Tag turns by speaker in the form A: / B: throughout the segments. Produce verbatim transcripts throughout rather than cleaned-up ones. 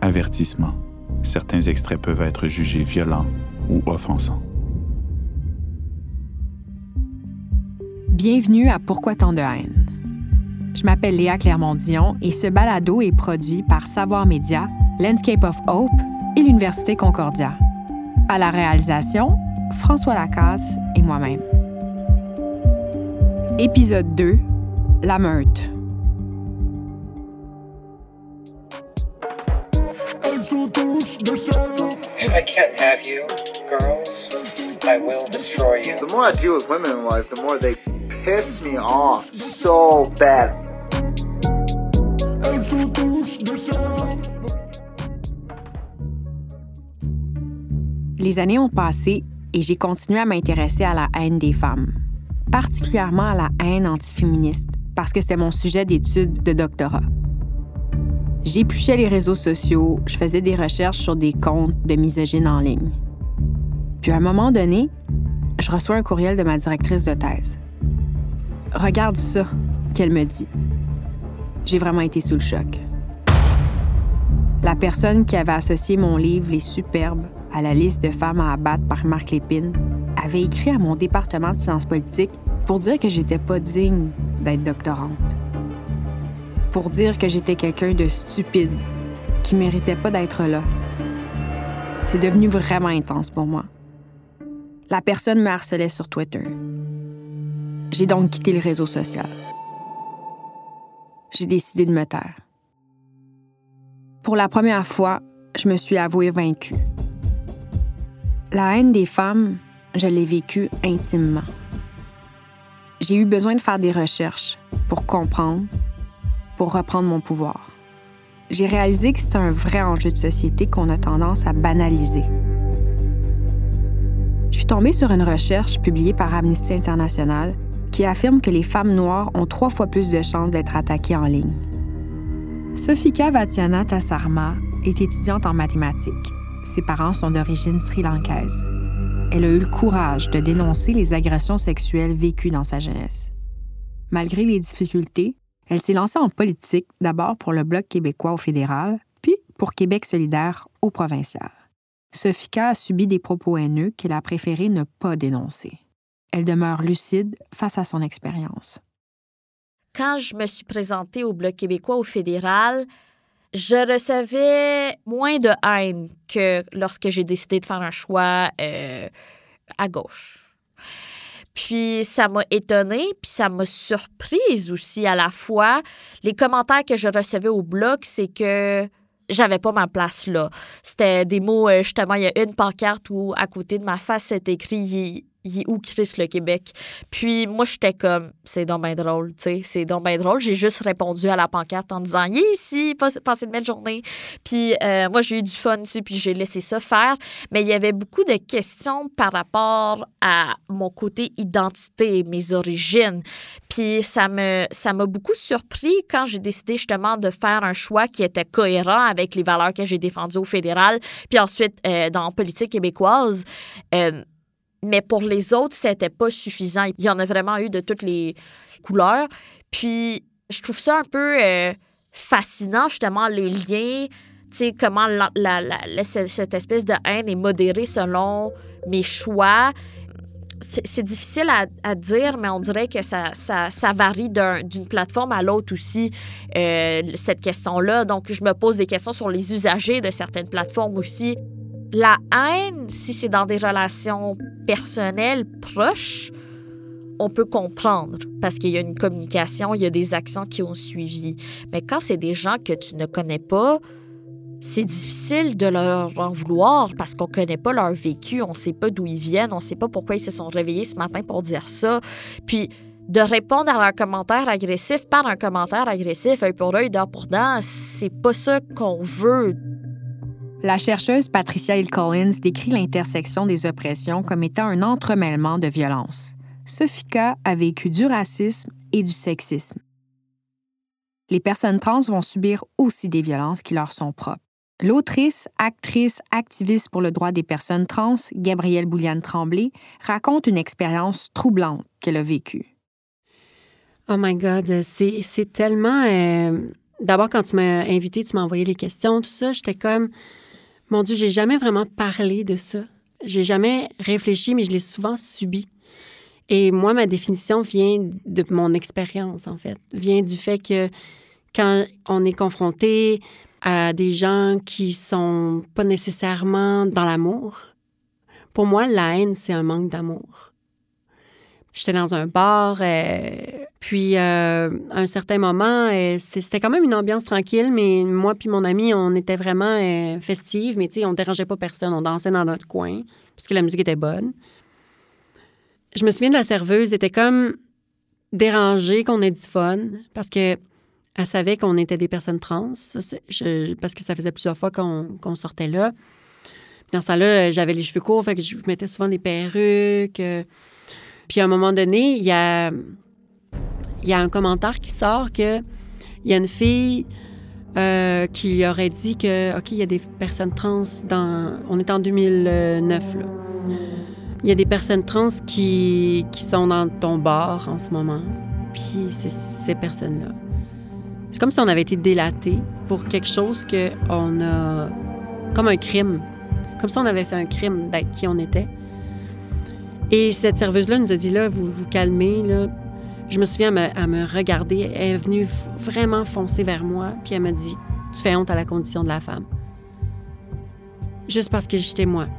A: Avertissement. Certains extraits peuvent être jugés violents ou offensants.
B: Bienvenue à Pourquoi tant de haine? Je m'appelle Léa Clermont-Dion et ce balado est produit par Savoir Média, Landscape of Hope et l'Université Concordia. À la réalisation, François Lacasse et moi-même. Épisode deux, La meute.
C: I can't have you, girls. I will destroy you.
D: The more I deal with women in life, the more they piss me off so bad.
B: Les années ont passé et j'ai continué à m'intéresser à la haine des femmes, particulièrement à la haine antiféministe, parce que c'était mon sujet d'étude de doctorat. J'épluchais les réseaux sociaux, je faisais des recherches sur des comptes de misogynes en ligne. Puis à un moment donné, je reçois un courriel de ma directrice de thèse. « Regarde ça », qu'elle me dit. J'ai vraiment été sous le choc. La personne qui avait associé mon livre « Les Superbes » à la liste de femmes à abattre par Marc Lépine avait écrit à mon département de sciences politiques pour dire que j'étais pas digne d'être doctorante. Pour dire que j'étais quelqu'un de stupide, qui méritait pas d'être là. C'est devenu vraiment intense pour moi. La personne me harcelait sur Twitter. J'ai donc quitté le réseau social. J'ai décidé de me taire. Pour la première fois, je me suis avouée vaincue. La haine des femmes, je l'ai vécue intimement. J'ai eu besoin de faire des recherches pour comprendre, pour reprendre mon pouvoir. J'ai réalisé que c'est un vrai enjeu de société qu'on a tendance à banaliser. Je suis tombée sur une recherche publiée par Amnesty International qui affirme que les femmes noires ont trois fois plus de chances d'être attaquées en ligne. Sofika Vatiana Tassarma est étudiante en mathématiques. Ses parents sont d'origine sri-lankaise. Elle a eu le courage de dénoncer les agressions sexuelles vécues dans sa jeunesse. Malgré les difficultés, elle s'est lancée en politique, d'abord pour le Bloc québécois au fédéral, puis pour Québec solidaire au provincial. Sofika a subi des propos haineux qu'elle a préféré ne pas dénoncer. Elle demeure lucide face à son expérience.
E: Quand je me suis présentée au Bloc québécois au fédéral, je recevais moins de haine que lorsque j'ai décidé de faire un choix euh, à gauche. Puis ça m'a étonnée, puis ça m'a surprise aussi à la fois. Les commentaires que je recevais au Bloc, c'est que j'avais pas ma place là. C'était des mots, justement, il y a une pancarte où à côté de ma face, c'est écrit « Il est où Chris le Québec? » Puis moi, j'étais comme, c'est donc bien drôle, tu sais, c'est donc bien drôle. J'ai juste répondu à la pancarte en disant, il est ici, passez une belle journée. Puis euh, moi, j'ai eu du fun dessus, puis j'ai laissé ça faire. Mais il y avait beaucoup de questions par rapport à mon côté identité, mes origines. Puis ça me, ça m'a beaucoup surpris quand j'ai décidé justement de faire un choix qui était cohérent avec les valeurs que j'ai défendues au fédéral, puis ensuite euh, dans la politique québécoise. Euh, Mais pour les autres, c'était pas suffisant. Il y en a vraiment eu de toutes les couleurs. Puis, je trouve ça un peu euh, fascinant, justement, les liens, tu sais, comment la, la, la, cette espèce de haine est modérée selon mes choix. C'est, c'est difficile à, à dire, mais on dirait que ça, ça, ça varie d'un, d'une plateforme à l'autre aussi, euh, cette question-là. Donc, je me pose des questions sur les usagers de certaines plateformes aussi. La haine, si c'est dans des relations personnelles proches, on peut comprendre parce qu'il y a une communication, il y a des actions qui ont suivi. Mais quand c'est des gens que tu ne connais pas, c'est difficile de leur en vouloir parce qu'on ne connaît pas leur vécu, on ne sait pas d'où ils viennent, on ne sait pas pourquoi ils se sont réveillés ce matin pour dire ça. Puis de répondre à leurs commentaires agressifs par un commentaire agressif, œil pour œil, dent pour dent, c'est pas ça qu'on veut.
B: La chercheuse Patricia Hill Collins décrit l'intersection des oppressions comme étant un entremêlement de violences. Sofika a vécu du racisme et du sexisme. Les personnes trans vont subir aussi des violences qui leur sont propres. L'autrice, actrice, activiste pour le droit des personnes trans, Gabrielle Bouliane-Tremblay, raconte une expérience troublante qu'elle a vécue.
F: Oh my God, c'est, c'est tellement... Euh, d'abord, quand tu m'as invité, tu m'as envoyé les questions, tout ça, j'étais comme, mon Dieu, j'ai jamais vraiment parlé de ça. J'ai jamais réfléchi, mais je l'ai souvent subi. Et moi, ma définition vient de mon expérience, en fait. Vient du fait que quand on est confronté à des gens qui sont pas nécessairement dans l'amour, pour moi, la haine, c'est un manque d'amour. J'étais dans un bar, euh, puis euh, à un certain moment, euh, c'était quand même une ambiance tranquille, mais moi puis mon ami, on était vraiment euh, festives, mais tu sais, on dérangeait pas personne, on dansait dans notre coin, parce que la musique était bonne. Je me souviens de la serveuse, elle était comme dérangée qu'on ait du fun, parce que elle savait qu'on était des personnes trans, je, parce que ça faisait plusieurs fois qu'on, qu'on sortait là. Dans ce temps-là, j'avais les cheveux courts, fait que je mettais souvent des perruques. Euh, Puis à un moment donné, il y a, il y a un commentaire qui sort que il y a une fille euh, qui aurait dit que, OK, il y a des personnes trans dans... On est en deux mille neuf, là. Il y a des personnes trans qui, qui sont dans ton bar en ce moment. Puis c'est ces personnes-là. C'est comme si on avait été délatés pour quelque chose qu'on a... Comme un crime. Comme si on avait fait un crime d'être qui on était. Et cette serveuse-là nous a dit, là, vous vous calmez, là. Je me souviens, elle me, elle me regarder. Elle est venue vraiment foncer vers moi, puis elle m'a dit, tu fais honte à la condition de la femme. Juste parce que j'étais moi.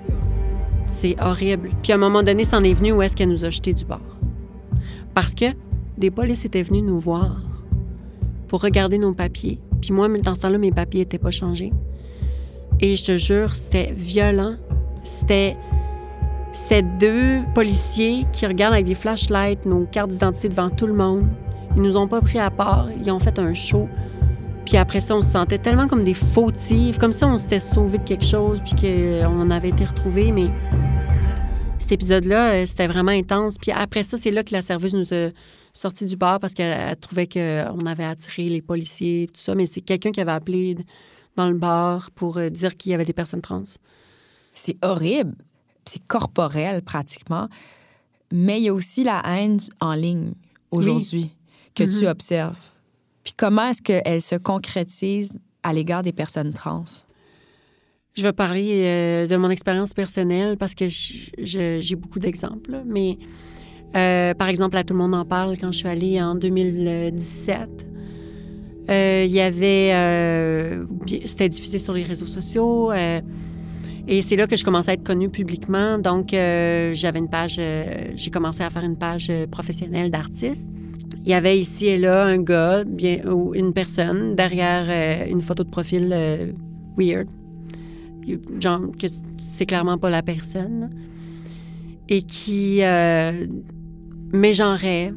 F: C'est horrible. Puis à un moment donné, c'en est venu où est-ce qu'elle nous a jetés du bar. Parce que des polices étaient venus nous voir pour regarder nos papiers. Puis moi, dans ce temps-là, mes papiers n'étaient pas changés. Et je te jure, c'était violent. C'était... C'était deux policiers qui regardent avec des flashlights nos cartes d'identité devant tout le monde. Ils nous ont pas pris à part. Ils ont fait un show. Puis après ça, on se sentait tellement comme des fautifs, comme si on s'était sauvés de quelque chose puis qu'on avait été retrouvés. Mais cet épisode-là, c'était vraiment intense. Puis après ça, c'est là que la serveuse nous a sortis du bar parce qu'elle trouvait qu'on avait attiré les policiers et tout ça. Mais c'est quelqu'un qui avait appelé dans le bar pour dire qu'il y avait des personnes trans.
B: C'est horrible. C'est corporel, pratiquement. Mais il y a aussi la haine en ligne, aujourd'hui, oui. que mm-hmm. tu observes. Puis comment est-ce qu'elle se concrétise à l'égard des personnes trans?
F: Je vais parler euh, de mon expérience personnelle parce que je, je, j'ai beaucoup d'exemples. Mais, euh, par exemple, là, tout le monde en parle quand je suis allée en deux mille dix-sept. Euh, il y avait... Euh, c'était diffusé sur les réseaux sociaux. Euh, Et c'est là que je commençais à être connue publiquement. Donc, euh, j'avais une page... Euh, j'ai commencé à faire une page professionnelle d'artiste. Il y avait ici et là un gars, bien, ou une personne, derrière euh, une photo de profil euh, weird. Genre que c'est clairement pas la personne. Là. Et qui euh, mégenrait,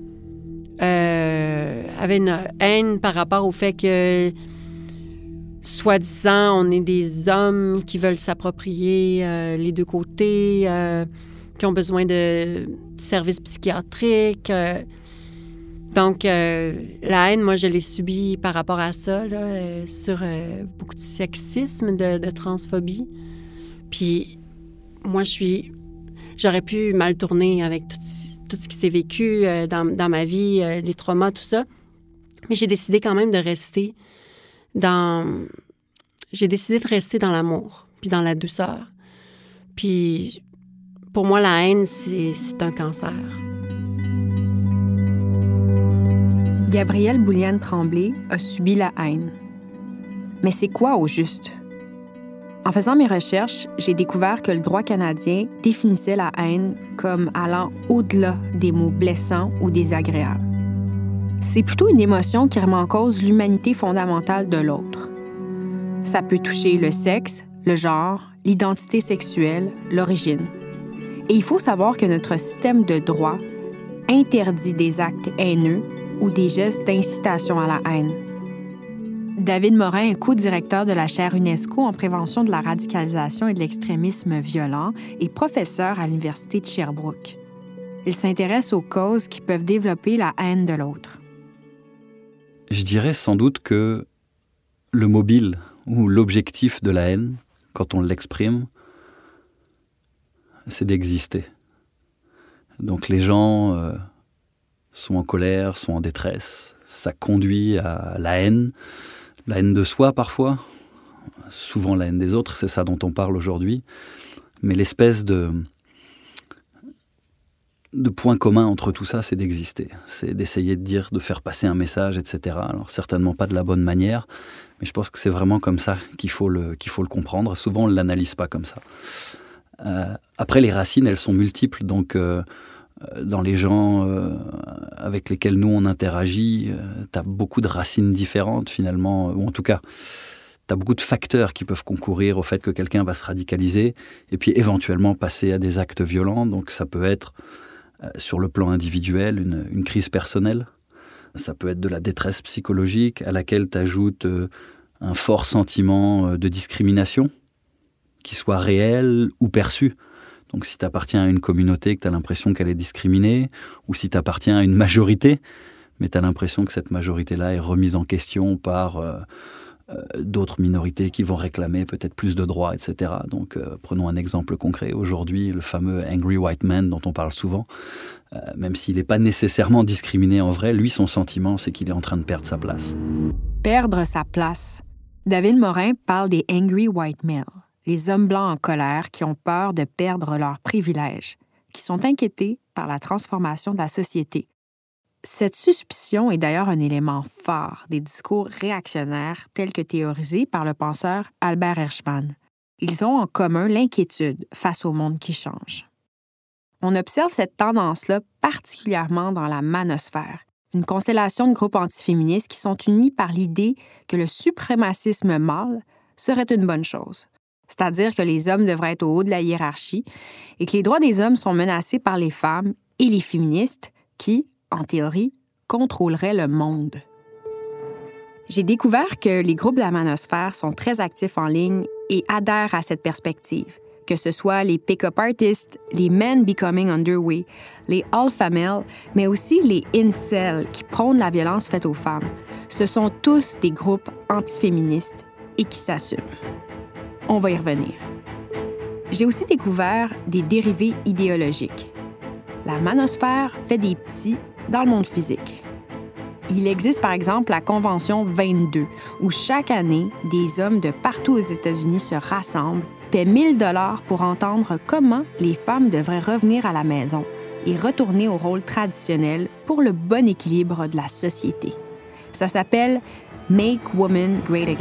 F: euh, avait une haine par rapport au fait que... Soi-disant, on est des hommes qui veulent s'approprier euh, les deux côtés, euh, qui ont besoin de services psychiatriques. Euh. Donc, euh, la haine, moi, je l'ai subie par rapport à ça, là, euh, sur euh, beaucoup de sexisme, de, de transphobie. Puis, moi, je suis... J'aurais pu mal tourner avec tout, tout ce qui s'est vécu euh, dans, dans ma vie, euh, les traumas, tout ça. Mais j'ai décidé quand même de rester... Dans... J'ai décidé de rester dans l'amour, puis dans la douceur. Puis, pour moi, la haine, c'est, c'est un cancer.
B: Gabrielle Bouliane-Tremblay a subi la haine. Mais c'est quoi au juste? En faisant mes recherches, j'ai découvert que le droit canadien définissait la haine comme allant au-delà des mots blessants ou désagréables. C'est plutôt une émotion qui remet en cause l'humanité fondamentale de l'autre. Ça peut toucher le sexe, le genre, l'identité sexuelle, l'origine. Et il faut savoir que notre système de droit interdit des actes haineux ou des gestes d'incitation à la haine. David Morin est co-directeur de la chaire UNESCO en prévention de la radicalisation et de l'extrémisme violent et professeur à l'Université de Sherbrooke. Il s'intéresse aux causes qui peuvent développer la haine de l'autre.
G: Je dirais sans doute que le mobile ou l'objectif de la haine, quand on l'exprime, c'est d'exister. Donc les gens euh, sont en colère, sont en détresse, Ça conduit à la haine, la haine de soi parfois, souvent la haine des autres, c'est ça dont on parle aujourd'hui. Mais l'espèce de, de point commun entre tout ça, c'est d'exister. C'est d'essayer de dire, de faire passer un message, et cetera. Alors certainement pas de la bonne manière, mais je pense que c'est vraiment comme ça qu'il faut le, qu'il faut le comprendre. Souvent, on ne l'analyse pas comme ça. Euh, après, les racines, elles sont multiples. Donc, euh, dans les gens euh, avec lesquels nous, on interagit, euh, tu as beaucoup de racines différentes, finalement. Ou en tout cas, tu as beaucoup de facteurs qui peuvent concourir au fait que quelqu'un va se radicaliser et puis éventuellement passer à des actes violents. Donc, ça peut être, euh, sur le plan individuel, une, une crise personnelle. Ça peut être de la détresse psychologique à laquelle tu ajoutes euh, un fort sentiment de discrimination, qui soit réel ou perçu. Donc si tu appartiens à une communauté, que tu as l'impression qu'elle est discriminée, ou si tu appartiens à une majorité, mais tu as l'impression que cette majorité-là est remise en question par euh, euh, d'autres minorités qui vont réclamer peut-être plus de droits, et cetera. Donc euh, prenons un exemple concret. Aujourd'hui, le fameux Angry White Man dont on parle souvent, euh, même s'il n'est pas nécessairement discriminé en vrai, lui, son sentiment, c'est qu'il est en train de perdre sa place.
B: Perdre sa place. David Morin parle des Angry White Males, les hommes blancs en colère qui ont peur de perdre leurs privilèges, qui sont inquiétés par la transformation de la société. Cette suspicion est d'ailleurs un élément fort des discours réactionnaires tels que théorisés par le penseur Albert Hirschman. Ils ont en commun l'inquiétude face au monde qui change. On observe cette tendance-là particulièrement dans la manosphère, une constellation de groupes antiféministes qui sont unis par l'idée que le suprémacisme mâle serait une bonne chose, c'est-à-dire que les hommes devraient être au haut de la hiérarchie et que les droits des hommes sont menacés par les femmes et les féministes qui, en théorie, contrôleraient le monde. J'ai découvert que les groupes de la manosphère sont très actifs en ligne et adhèrent à cette perspective, que ce soit les pick-up artists, les men becoming underway, les alpha males, mais aussi les incels qui prônent la violence faite aux femmes. Ce sont tous des groupes antiféministes et qui s'assument. On va y revenir. J'ai aussi découvert des dérivés idéologiques. La manosphère fait des petits dans le monde physique. Il existe par exemple la Convention vingt-deux, où chaque année, des hommes de partout aux États-Unis se rassemblent, paient mille dollars pour entendre comment les femmes devraient revenir à la maison et retourner au rôle traditionnel pour le bon équilibre de la société. Ça s'appelle « Make Women Great Again ».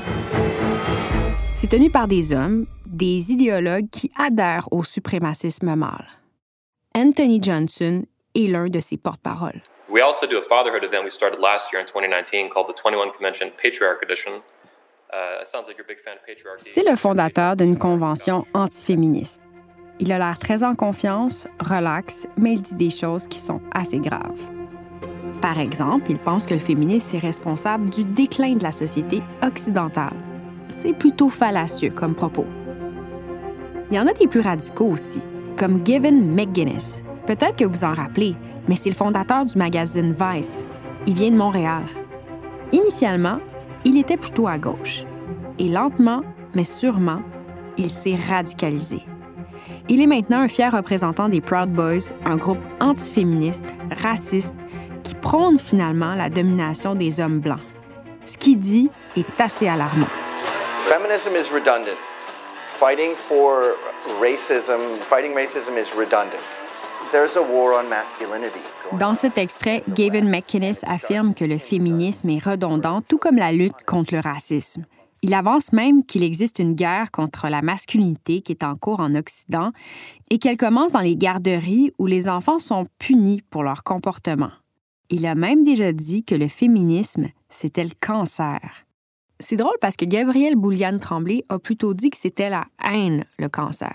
B: C'est tenu par des hommes, des idéologues qui adhèrent au suprémacisme mâle. Anthony Johnson est l'un de ses porte-paroles.
H: We also do a fatherhood event we started last year in twenty nineteen called the twenty-one Convention Patriarch Edition. Uh, it sounds like you're a big fan of patriarchy.
B: C'est le fondateur d'une convention antiféministe. Il a l'air très en confiance, relax, mais il dit des choses qui sont assez graves. Par exemple, il pense que le féminisme est responsable du déclin de la société occidentale. C'est plutôt fallacieux comme propos. Il y en a des plus radicaux aussi, comme Gavin McInnes. Peut-être que vous en rappelez, mais c'est le fondateur du magazine Vice. Il vient de Montréal. Initialement, il était plutôt à gauche. Et lentement, mais sûrement, il s'est radicalisé. Il est maintenant un fier représentant des Proud Boys, un groupe antiféministe, raciste, qui prône finalement la domination des hommes blancs. Ce qu'il dit est assez alarmant.
D: Feminism is redundant. Fighting for racism, fighting racism is redundant. There's a war on masculinity.
B: Dans cet extrait, Gavin McInnes affirme que le féminisme est redondant, tout comme la lutte contre le racisme. Il avance même qu'il existe une guerre contre la masculinité qui est en cours en Occident et qu'elle commence dans les garderies où les enfants sont punis pour leur comportement. Il a même déjà dit que le féminisme, c'était le cancer. C'est drôle parce que Gabrielle Bouliane-Tremblay a plutôt dit que c'était la haine, le cancer.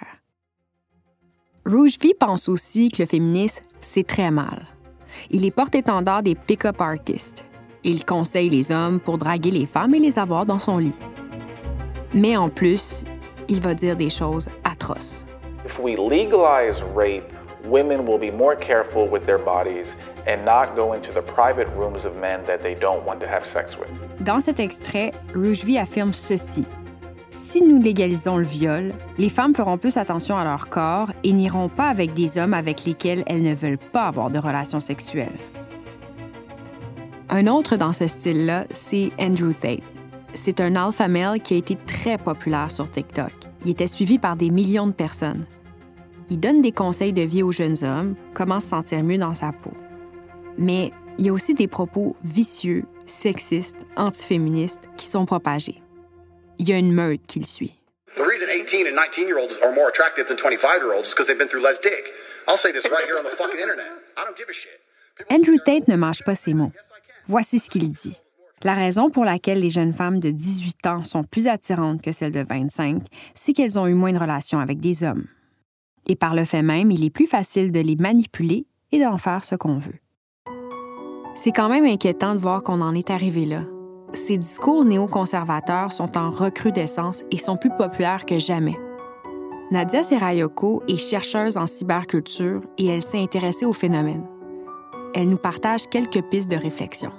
B: Rouge V pense aussi que le féminisme, c'est très mal. Il est porte-étendard des pick-up artists. Il conseille les hommes pour draguer les femmes et les avoir dans son lit. Mais en plus, il va dire des choses atroces.
I: If we legalize rape, women will be more careful with their bodies and not go into the private rooms of men that they don't want to have sex with.
B: Dans cet extrait, Rouge V affirme ceci. Si nous légalisons le viol, les femmes feront plus attention à leur corps et n'iront pas avec des hommes avec lesquels elles ne veulent pas avoir de relations sexuelles. Un autre dans ce style-là, c'est Andrew Tate. C'est un alpha male qui a été très populaire sur TikTok. Il était suivi par des millions de personnes. Il donne des conseils de vie aux jeunes hommes, comment se sentir mieux dans sa peau. Mais il y a aussi des propos vicieux, sexistes, antiféministes qui sont propagés. Il y a une meute qui le suit.
J: The reason eighteen and nineteen-year-olds are more attractive than twenty-five-year-olds is because they've been through less dick. I'll say this right here on the fucking internet. I don't give a shit.
B: Andrew Tate ne mâche pas ses mots. Voici ce qu'il dit. La raison pour laquelle les jeunes femmes de dix-huit ans sont plus attirantes que celles de vingt-cinq, c'est qu'elles ont eu moins de relations avec des hommes. Et par le fait même, il est plus facile de les manipuler et d'en faire ce qu'on veut. C'est quand même inquiétant de voir qu'on en est arrivé là. Ces discours néoconservateurs sont en recrudescence et sont plus populaires que jamais. Nadia Serayoko est chercheuse en cyberculture et elle s'est intéressée au phénomène. Elle nous partage quelques pistes de réflexion.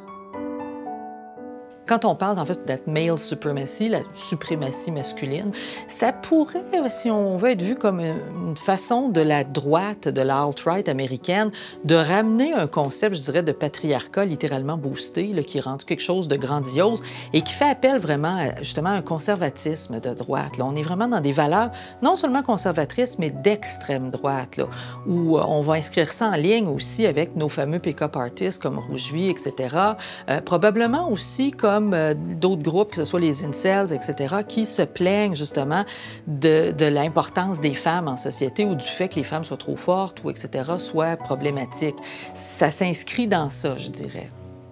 K: Quand on parle en fait de male supremacy, la suprématie masculine, ça pourrait, si on veut, être vu comme une façon de la droite, de la alt-right américaine, de ramener un concept, je dirais, de patriarcat littéralement boosté, là, qui rend quelque chose de grandiose et qui fait appel vraiment à, justement à un conservatisme de droite. Là, on est vraiment dans des valeurs non seulement conservatrices, mais d'extrême droite, là, où on va inscrire ça en ligne aussi avec nos fameux pick-up artists comme Rouge Juif, et cetera. Euh, probablement aussi comme comme euh, d'autres groupes, que ce soit les incels, et cetera, qui se plaignent justement de, de l'importance des femmes en société ou du fait que les femmes soient trop fortes ou et cetera, soit problématique. Ça s'inscrit dans ça, je dirais.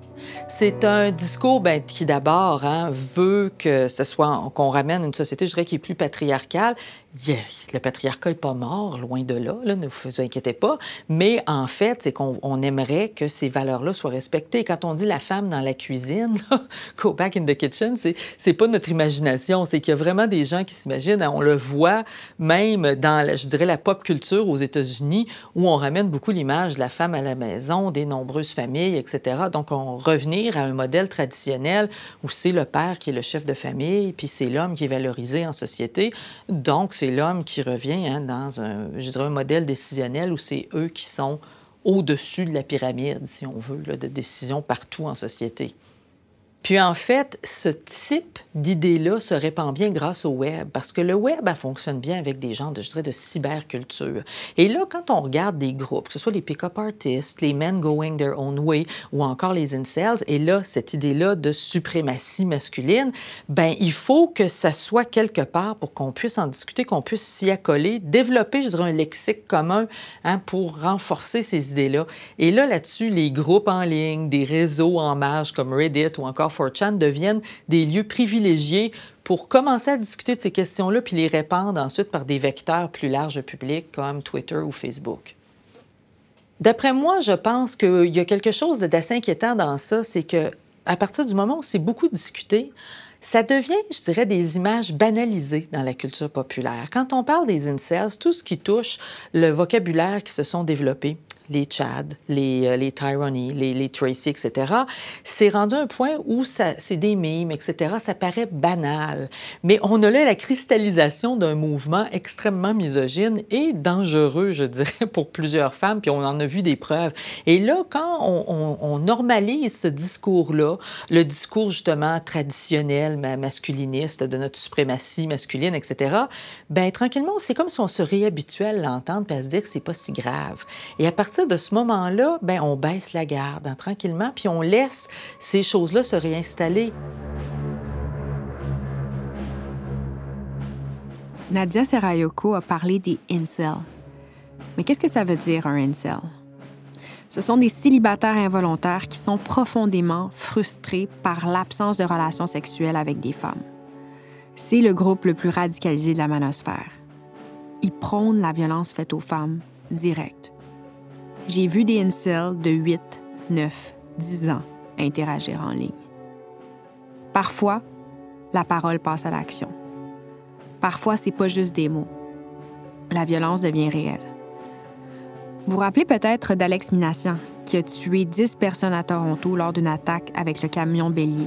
K: C'est un discours ben, qui, d'abord, hein, veut que ce soit, qu'on ramène une société, je dirais, qui est plus patriarcale. Yeah, le patriarcat n'est pas mort, loin de là, là, ne vous inquiétez pas. Mais en fait, c'est qu'on on aimerait que ces valeurs-là soient respectées. Quand on dit la femme dans la cuisine, là, go back in the kitchen, c'est, c'est pas notre imagination. C'est qu'il y a vraiment des gens qui s'imaginent, hein, on le voit même dans, la, je dirais, la pop culture aux États-Unis, où on ramène beaucoup l'image de la femme à la maison, des nombreuses familles, et cetera. Donc, on revenir à un modèle traditionnel où c'est le père qui est le chef de famille, puis c'est l'homme qui est valorisé en société. Donc, c'est l'homme qui revient hein, dans un, je dirais, un modèle décisionnel où c'est eux qui sont au-dessus de la pyramide, si on veut, là, de décision partout en société. Puis en fait, ce type d'idée-là se répand bien grâce au web, parce que le web, elle fonctionne bien avec des genres de, je dirais, de cyberculture. Et là, quand on regarde des groupes, que ce soit les pick-up artists, les men going their own way, ou encore les incels, et là, cette idée-là de suprématie masculine, ben il faut que ça soit quelque part pour qu'on puisse en discuter, qu'on puisse s'y accoler, développer, je dirais, un lexique commun hein, pour renforcer ces idées-là. Et là, là-dessus, les groupes en ligne, des réseaux en marge comme Reddit ou encore four chan deviennent des lieux privilégiés pour commencer à discuter de ces questions-là puis les répandre ensuite par des vecteurs plus larges publics comme Twitter ou Facebook. D'après moi, je pense qu'il y a quelque chose d'assez inquiétant dans ça, c'est qu'à partir du moment où c'est beaucoup discuté, ça devient, je dirais, des images banalisées dans la culture populaire. Quand on parle des incels, tout ce qui touche le vocabulaire qui se sont développés, les Chad, les, euh, les Tyranny, les, les Tracy, et cetera, c'est rendu un point où ça, c'est des mimes, et cetera, ça paraît banal. Mais on a là la cristallisation d'un mouvement extrêmement misogyne et dangereux, je dirais, pour plusieurs femmes, puis on en a vu des preuves. Et là, quand on, on, on normalise ce discours-là, le discours justement traditionnel, masculiniste, de notre suprématie masculine, et cetera, bien, tranquillement, c'est comme si on se réhabituait à l'entendre puis à se dire que c'est pas si grave. Et à partir de ce moment-là, bien, on baisse la garde hein, tranquillement, puis on laisse ces choses-là se réinstaller.
B: Nadia Serayoko a parlé des incels. Mais qu'est-ce que ça veut dire, un incel? Ce sont des célibataires involontaires qui sont profondément frustrés par l'absence de relations sexuelles avec des femmes. C'est le groupe le plus radicalisé de la manosphère. Ils prônent la violence faite aux femmes, direct. J'ai vu des incels de huit, neuf, dix ans interagir en ligne. Parfois, la parole passe à l'action. Parfois, c'est pas juste des mots. La violence devient réelle. Vous vous rappelez peut-être d'Alex Minassian, qui a tué dix personnes à Toronto lors d'une attaque avec le camion bélier.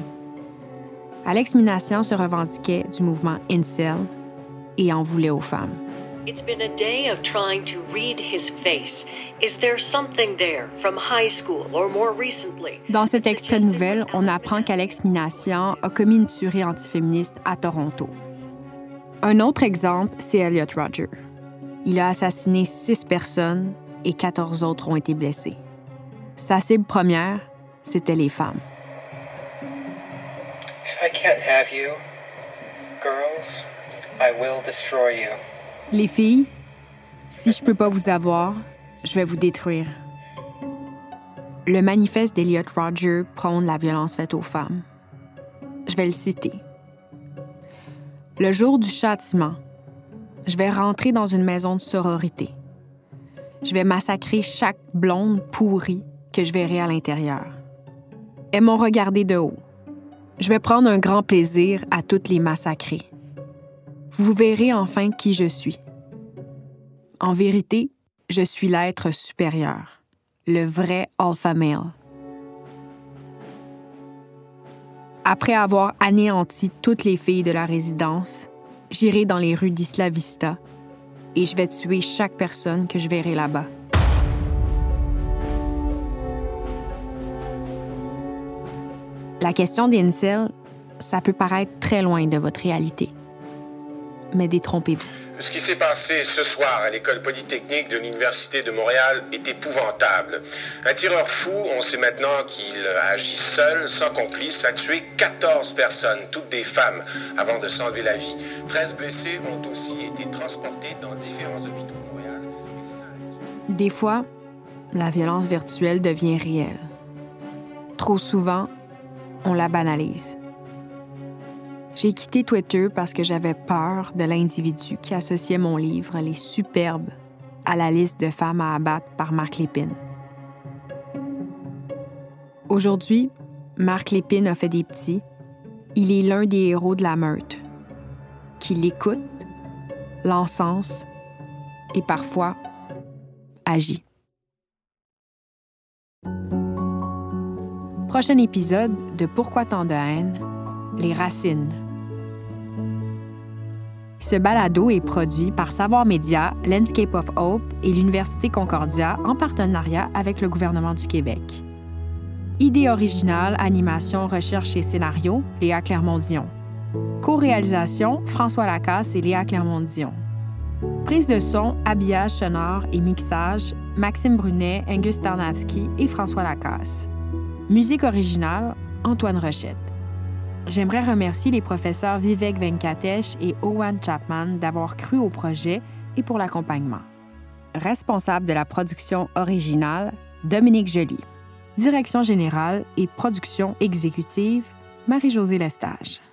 B: Alex Minassian se revendiquait du mouvement incel et en voulait aux femmes.
L: It's been a day of trying to read his face. Is there something there from high school or more recently?
B: Dans cet extrait de nouvelle, on apprend qu'Alex Minassian a commis une tuerie antiféministe à Toronto. Un autre exemple, c'est Elliot Rodger. Il a assassiné six personnes et quatorze autres ont été blessées. Sa cible première, c'était les femmes.
C: If I can't have you, girls, I will destroy you.
B: Les filles, si je peux pas vous avoir, je vais vous détruire. Le manifeste d'Elliot Rodger prône la violence faite aux femmes. Je vais le citer. Le jour du châtiment, je vais rentrer dans une maison de sororité. Je vais massacrer chaque blonde pourrie que je verrai à l'intérieur. Elles m'ont regardé de haut. Je vais prendre un grand plaisir à toutes les massacrer. Vous verrez enfin qui je suis. En vérité, je suis l'être supérieur, le vrai alpha male. Après avoir anéanti toutes les filles de la résidence, j'irai dans les rues d'Isla Vista et je vais tuer chaque personne que je verrai là-bas. La question des incels, ça peut paraître très loin de votre réalité. Mais détrompez-vous.
M: Ce qui s'est passé ce soir à l'école polytechnique de l'Université de Montréal est épouvantable. Un tireur fou, on sait maintenant qu'il a agi seul, sans complice, a tué quatorze personnes, toutes des femmes, avant de s'enlever la vie. treize blessés ont aussi été transportés dans différents hôpitaux de Montréal.
B: Des fois, la violence virtuelle devient réelle. Trop souvent, on la banalise. J'ai quitté Twitter parce que j'avais peur de l'individu qui associait mon livre Les Superbes à la liste de femmes à abattre par Marc Lépine. Aujourd'hui, Marc Lépine a fait des petits. Il est l'un des héros de la meute, qui l'écoute, l'encense et parfois agit. Prochain épisode de Pourquoi tant de haine? Les racines. Ce balado est produit par Savoir Média, Landscape of Hope et l'Université Concordia en partenariat avec le gouvernement du Québec. Idée originale, animation, recherche et scénario, Léa Clermont-Dion. Co-réalisation, François Lacasse et Léa Clermont-Dion. Prise de son, habillage sonore et mixage, Maxime Brunet, Angus Tarnavski et François Lacasse. Musique originale, Antoine Rochette. J'aimerais remercier les professeurs Vivek Venkatesh et Owen Chapman d'avoir cru au projet et pour l'accompagnement. Responsable de la production originale, Dominique Joly. Direction générale et production exécutive, Marie-Josée Lestage.